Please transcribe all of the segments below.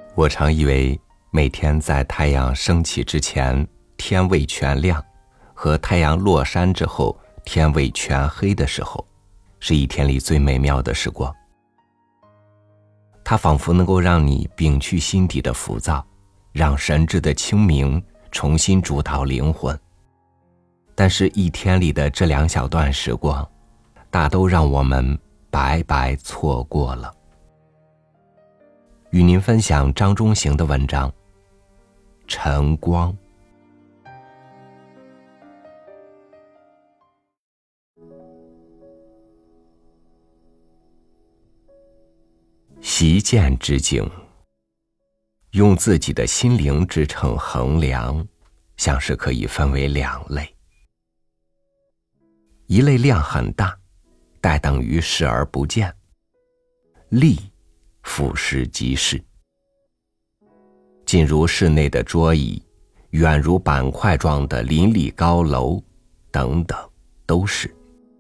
我常以为每天在太阳升起之前天未全亮，和太阳落山之后天未全黑的时候，是一天里最美妙的时光。它仿佛能够让你摒去心底的浮躁，让神智的清明重新主导灵魂。但是一天里的这2小段时光，大都让我们白白错过了。与您分享张中行的文章《晨光》。习见之境，用自己的心灵支撑衡量，像是可以分为2类。一类量很大，待等于视而不见，力俯视即是。进入室内的桌椅，远如板块状的林立高楼等等，都是。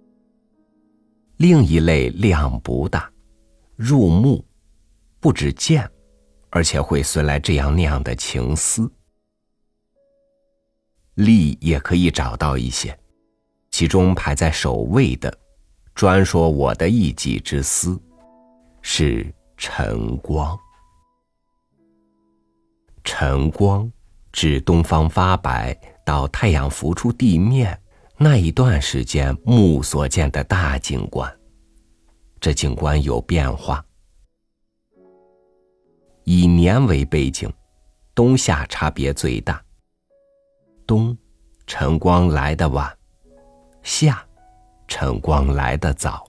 另一类量不大，入目不只见，而且会随来这样那样的情思。力也可以找到一些，其中排在首位的，专说我的一己之思，是晨光。晨光指东方发白到太阳浮出地面那一段时间目所见的大景观。这景观有变化，以年为背景，冬夏差别最大。冬晨光来得晚，夏晨光来得早。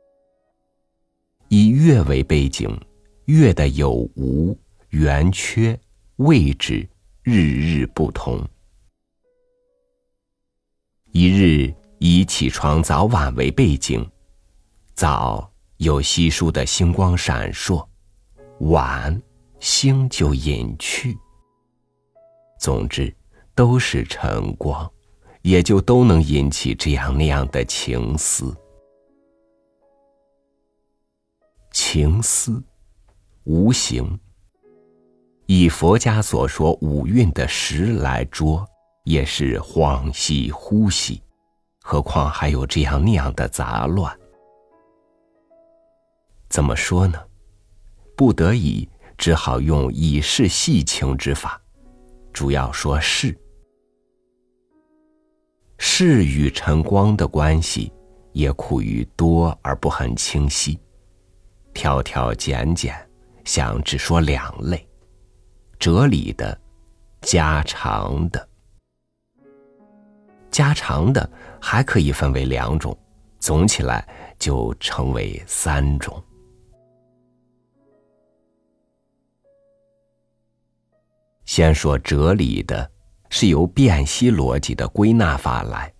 以月为背景，月的有无、圆缺、位置日日不同。一日以起床早晚为背景，早有稀疏的星光闪烁，晚星就隐去。总之都是晨光，也就都能引起这样那样的情思。情思无形，以佛家所说五蕴的识来捉，也是恍兮惚兮，何况还有这样那样的杂乱。怎么说呢？不得已只好用以示细情之法，主要说事。事与晨光的关系也苦于多而不很清晰，挑挑拣拣，想只说2类，哲理的，家常的。家常的还可以分为2种，总起来就成为3种。先说哲理的，是由辨析逻辑的归纳法来。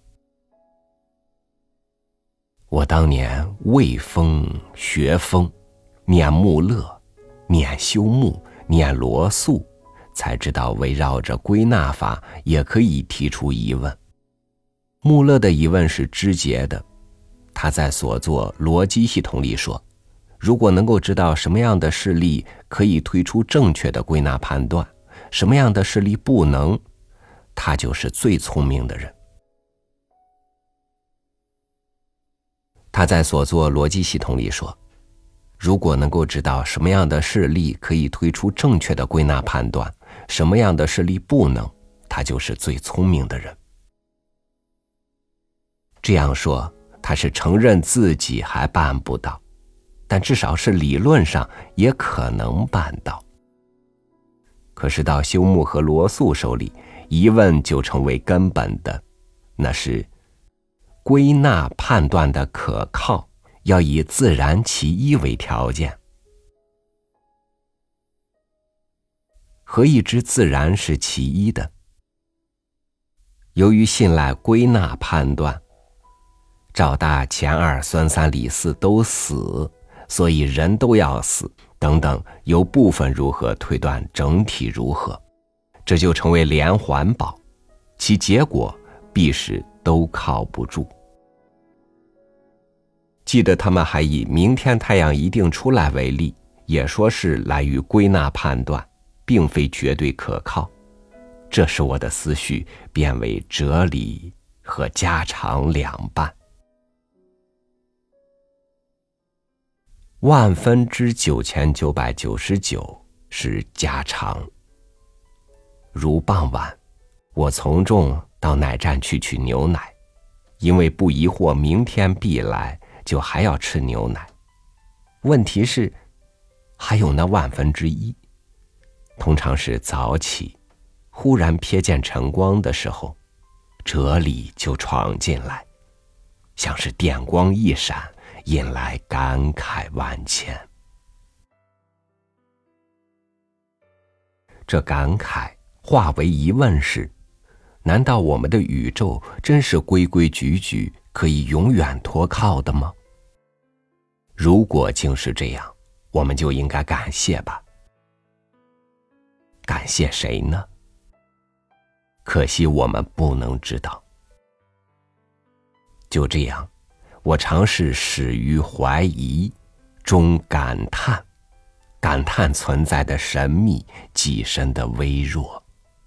我当年未风学风，念穆勒，念休谟，念罗素，才知道围绕着归纳法也可以提出疑问。穆勒的疑问是直接的，他在所作逻辑系统里说，如果能够知道什么样的事例可以推出正确的归纳判断，什么样的事例不能，他就是最聪明的人。他在所作逻辑系统里说，如果能够知道什么样的事例可以推出正确的归纳判断，什么样的事例不能，他就是最聪明的人。这样说，他是承认自己还办不到，但至少是理论上也可能办到。可是到休谟和罗素手里，疑问就成为根本的，那是归纳判断的可靠要以自然其一为条件。何以知自然是其一的？由于信赖归纳判断，赵大、钱二、孙三、李四都死，所以人都要死等等，由部分如何推断整体如何，这就成为连环宝，其结果必是都靠不住。记得他们还以明天太阳一定出来为例，也说是来于归纳判断， 并非绝对可靠。这使我的思绪变为哲理和家常两半。9999%是家常。如傍晚，我从众到奶站去取牛奶，因为不疑惑明天必来，就还要吃牛奶。问题是，还有那1/1000，通常是早起，忽然瞥见晨光的时候，哲理就闯进来，像是电光一闪，引来感慨万千。这感慨化为疑问是：难道我们的宇宙真是规规矩矩，可以永远托靠的吗？如果竟是这样，我们就应该感谢吧。感谢谁呢？可惜我们不能知道。就这样，我尝试始于怀疑，终感叹，感叹存在的神秘，己身的微弱。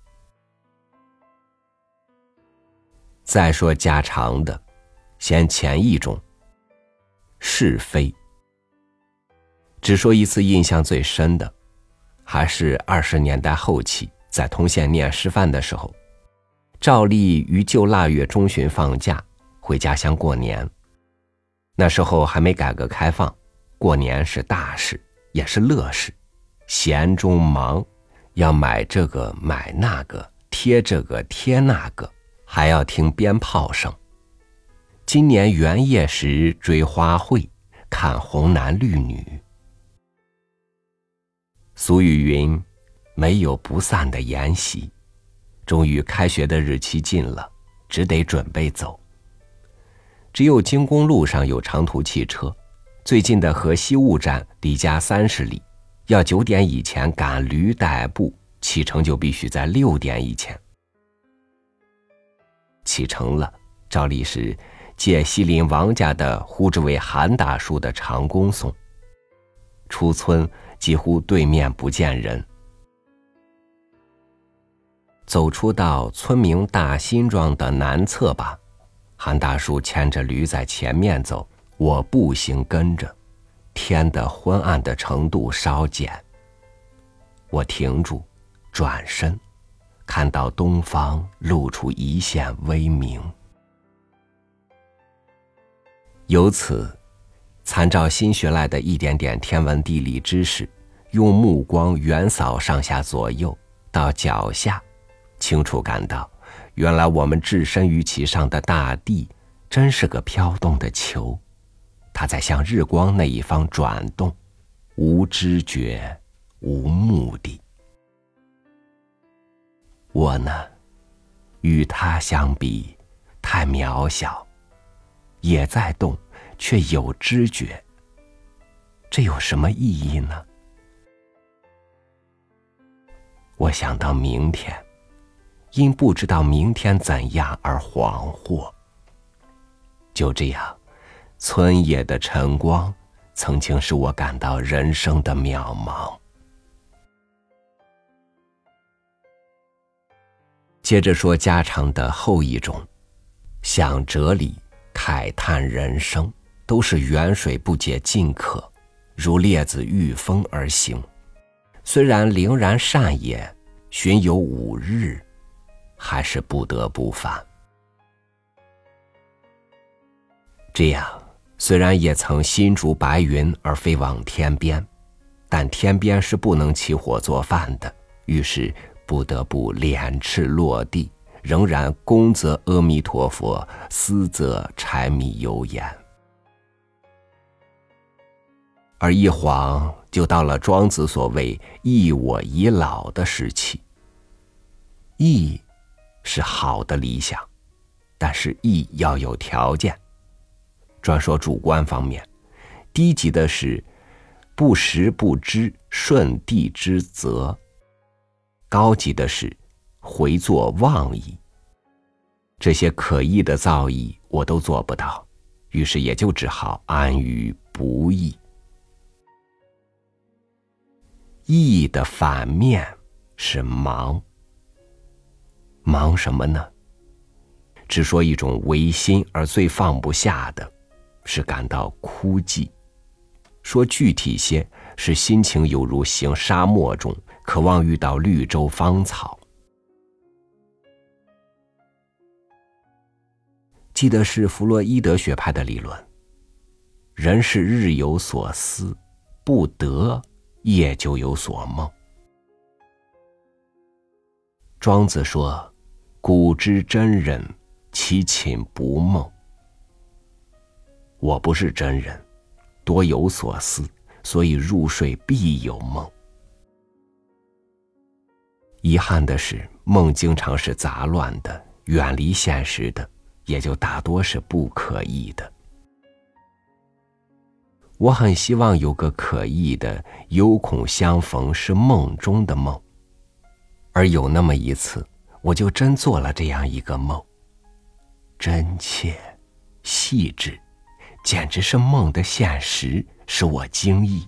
再说家常的，先前一种，是非。只说一次印象最深的，还是20年代后期，在通县念师范的时候，照例于旧腊月中旬放假，回家乡过年。那时候还没改革开放，过年是大事，也是乐事，闲中忙，要买这个买那个，贴这个贴那个，还要听鞭炮声。今年元夜时追花卉，看红男绿女。俗语云，没有不散的筵席。终于开学的日期近了，只得准备走。只有京公路上有长途汽车，最近的河西务站离家30里，要9点以前赶驴代步，启程就必须在6点以前。启程了，照例是借西邻王家的呼之为韩大叔的长工送。出村几乎对面不见人。走出到村民大新庄的南侧吧，韩大叔牵着驴在前面走，我步行跟着。天的昏暗的程度稍减，我停住，转身，看到东方露出一线微明。由此参照新学来的一点点天文地理知识，用目光远扫上下左右，到脚下，清楚感到原来我们置身于其上的大地真是个飘动的球，它在向日光那一方转动，无知觉，无目的。我呢，与它相比太渺小，也在动，却有知觉，这有什么意义呢？我想到明天，因不知道明天怎样而惶惑。就这样，村野的晨光曾经使我感到人生的渺茫。接着说家常的后一种，想哲理，慨叹人生，都是远水不解近渴，如列子御风而行。虽然陵然善也，寻有5日，还是不得不返。这样，虽然也曾心逐白云而飞往天边，但天边是不能起火做饭的，于是不得不脸赤落地，仍然恭则阿弥陀佛，思则柴米油盐。而一晃就到了庄子所谓益我已老的时期。益是好的理想，但是益要有条件。专说主观方面，低级的是不时不知，顺地之责；高级的是回作妄意。这些可议的造诣我都做不到，于是也就只好安于不义。义的反面是忙。忙什么呢？只说一种违心而最放不下的，是感到枯寂；说具体些，是心情犹如行沙漠中，渴望遇到绿洲芳草。记得是弗洛伊德学派的理论，人是日有所思，不得夜就有所梦。庄子说，古之真人，其寝不梦。我不是真人，多有所思，所以入睡必有梦。遗憾的是，梦经常是杂乱的，远离现实的，也就大多是不可意的。我很希望有个可意的，有恐相逢是梦中的梦。而有那么一次，我就真做了这样一个梦，真切细致，简直是梦的现实，使我惊异。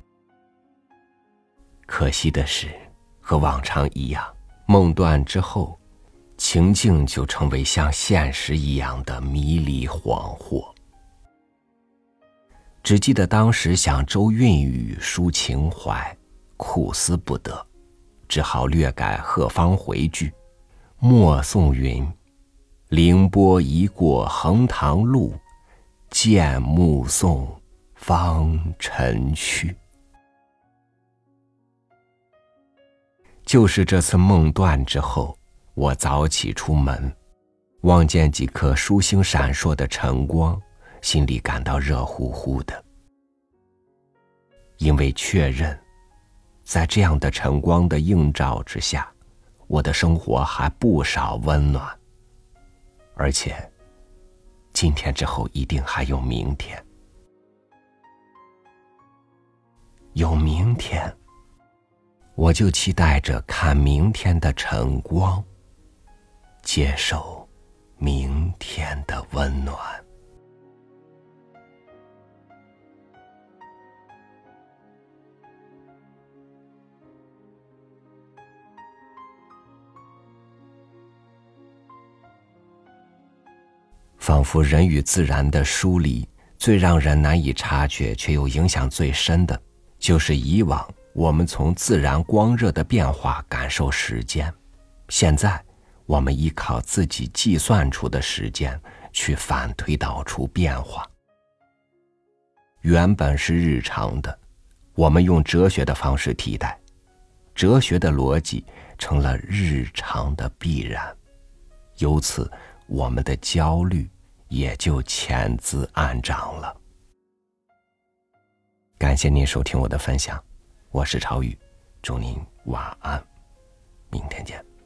可惜的是，和往常一样，梦断之后，情境就成为像现实一样的迷离恍惚。只记得当时想周韵语抒情怀，苦思不得，只好略改鹤方回句，默诵云：凌波一过横塘路，见目送方尘去。就是这次梦断之后，我早起出门，望见几颗疏星闪烁的晨光，心里感到热乎乎的。因为确认，在这样的晨光的映照之下，我的生活还不少温暖，而且今天之后一定还有明天。有明天，我就期待着看明天的晨光，接受明天的温暖。仿佛人与自然的疏离，最让人难以察觉却又影响最深的，就是以往我们从自然光热的变化感受时间，现在我们依靠自己计算出的时间去反推导出变化。原本是日常的，我们用哲学的方式替代，哲学的逻辑成了日常的必然，由此我们的焦虑也就潜滋暗长了。感谢您收听我的分享，我是朝宇，祝您晚安，明天见。